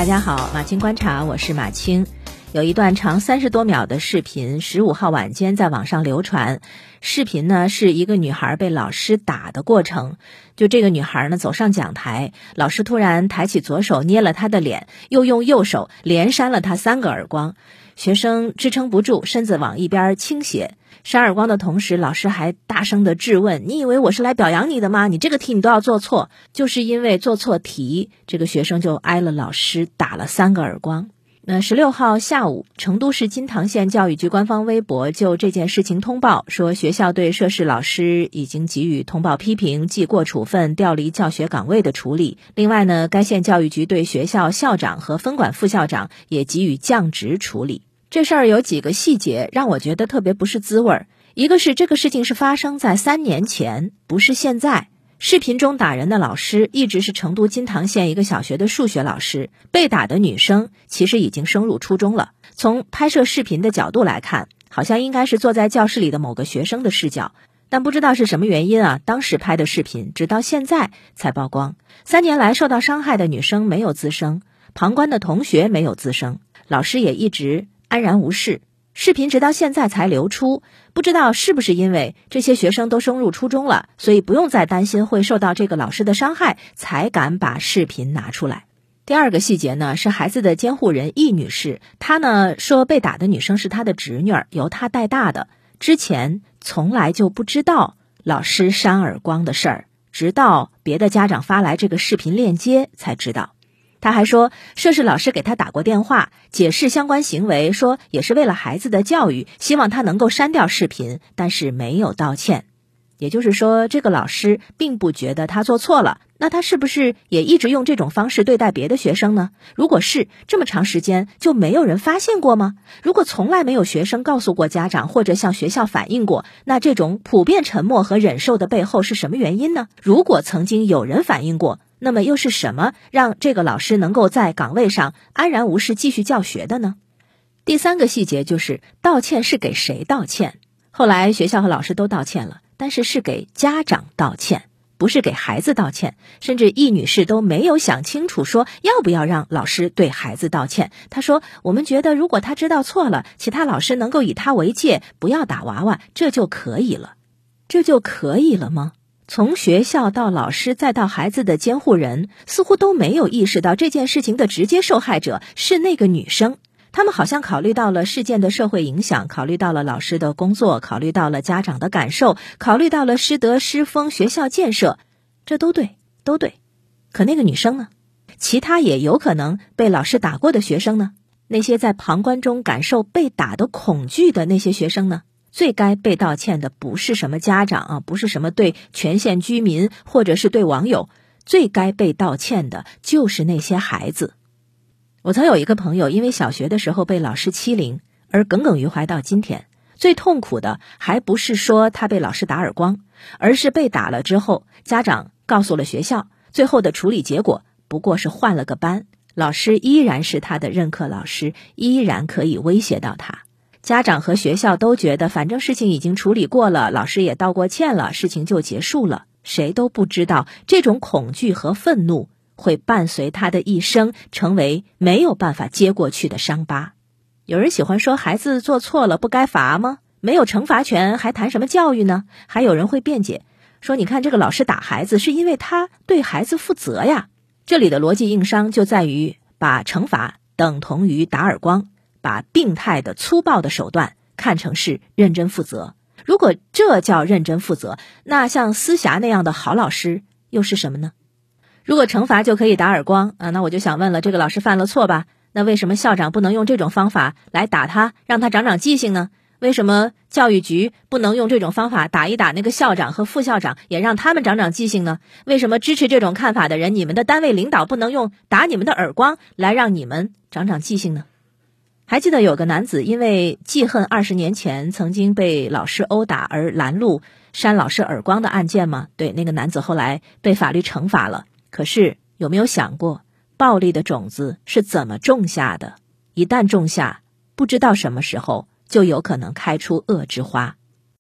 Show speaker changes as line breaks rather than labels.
大家好，马青观察，我是马青。有一段长30多秒的视频，15号晚间在网上流传。视频呢是一个女孩被老师打的过程。就这个女孩呢走上讲台，老师突然抬起左手捏了她的脸，又用右手连扇了她3个耳光。学生支撑不住，身子往一边倾斜。扇耳光的同时，老师还大声地质问：你以为我是来表扬你的吗？你这个题你都要做错。就是因为做错题，这个学生就挨了老师打了3个耳光。16号下午，成都市金堂县教育局官方微博就这件事情通报说，学校对涉事老师已经给予通报批评、记过处分、调离教学岗位的处理。另外呢，该县教育局对学校校长和分管副校长也给予降职处理。这事儿有几个细节让我觉得特别不是滋味。一个是这个事情是发生在3年前，不是现在。视频中打人的老师一直是成都金堂县一个小学的数学老师，被打的女生其实已经升入初中了。从拍摄视频的角度来看，好像应该是坐在教室里的某个学生的视角，但不知道是什么原因啊，当时拍的视频直到现在才曝光。3年来受到伤害的女生没有滋生，旁观的同学没有滋生，老师也一直安然无事。视频直到现在才流出，不知道是不是因为这些学生都升入初中了，所以不用再担心会受到这个老师的伤害，才敢把视频拿出来。第二个细节呢，是孩子的监护人易女士，她呢说被打的女生是她的侄女，由她带大的，之前从来就不知道老师扇耳光的事儿，直到别的家长发来这个视频链接才知道。他还说，涉事老师给他打过电话，解释相关行为，说也是为了孩子的教育，希望他能够删掉视频，但是没有道歉。也就是说，这个老师并不觉得他做错了，那他是不是也一直用这种方式对待别的学生呢？如果是，这么长时间就没有人发现过吗？如果从来没有学生告诉过家长或者向学校反映过，那这种普遍沉默和忍受的背后是什么原因呢？如果曾经有人反映过，那么又是什么让这个老师能够在岗位上安然无事继续教学的呢？第3个细节就是道歉是给谁道歉。后来学校和老师都道歉了，但是是给家长道歉，不是给孩子道歉。甚至易女士都没有想清楚说要不要让老师对孩子道歉。她说，我们觉得如果他知道错了，其他老师能够以他为戒，不要打娃娃，这就可以了。这就可以了吗？从学校到老师再到孩子的监护人，似乎都没有意识到这件事情的直接受害者是那个女生。他们好像考虑到了事件的社会影响，考虑到了老师的工作，考虑到了家长的感受，考虑到了师德师风学校建设，这都对，都对。可那个女生呢？其他也有可能被老师打过的学生呢？那些在旁观中感受被打的恐惧的那些学生呢？最该被道歉的不是什么家长啊，不是什么对全县居民或者是对网友，最该被道歉的就是那些孩子。我曾有一个朋友，因为小学的时候被老师欺凌而耿耿于怀到今天。最痛苦的还不是说他被老师打耳光，而是被打了之后，家长告诉了学校，最后的处理结果不过是换了个班，老师依然是他的任课老师，依然可以威胁到他。家长和学校都觉得反正事情已经处理过了，老师也道过歉了，事情就结束了。谁都不知道这种恐惧和愤怒会伴随他的一生，成为没有办法接过去的伤疤。有人喜欢说孩子做错了不该罚吗？没有惩罚权还谈什么教育呢？还有人会辩解说，你看这个老师打孩子是因为他对孩子负责呀。这里的逻辑硬伤就在于把惩罚等同于打耳光，把病态的粗暴的手段看成是认真负责。如果这叫认真负责，那像思霞那样的好老师又是什么呢？如果惩罚就可以打耳光那我就想问了，这个老师犯了错吧，那为什么校长不能用这种方法来打他，让他长长记性呢？为什么教育局不能用这种方法打一打那个校长和副校长，也让他们长长记性呢？为什么支持这种看法的人，你们的单位领导不能用打你们的耳光来让你们长长记性呢？还记得有个男子因为记恨20年前曾经被老师殴打而拦路扇老师耳光的案件吗？对，那个男子后来被法律惩罚了。可是有没有想过，暴力的种子是怎么种下的？一旦种下，不知道什么时候就有可能开出恶之花。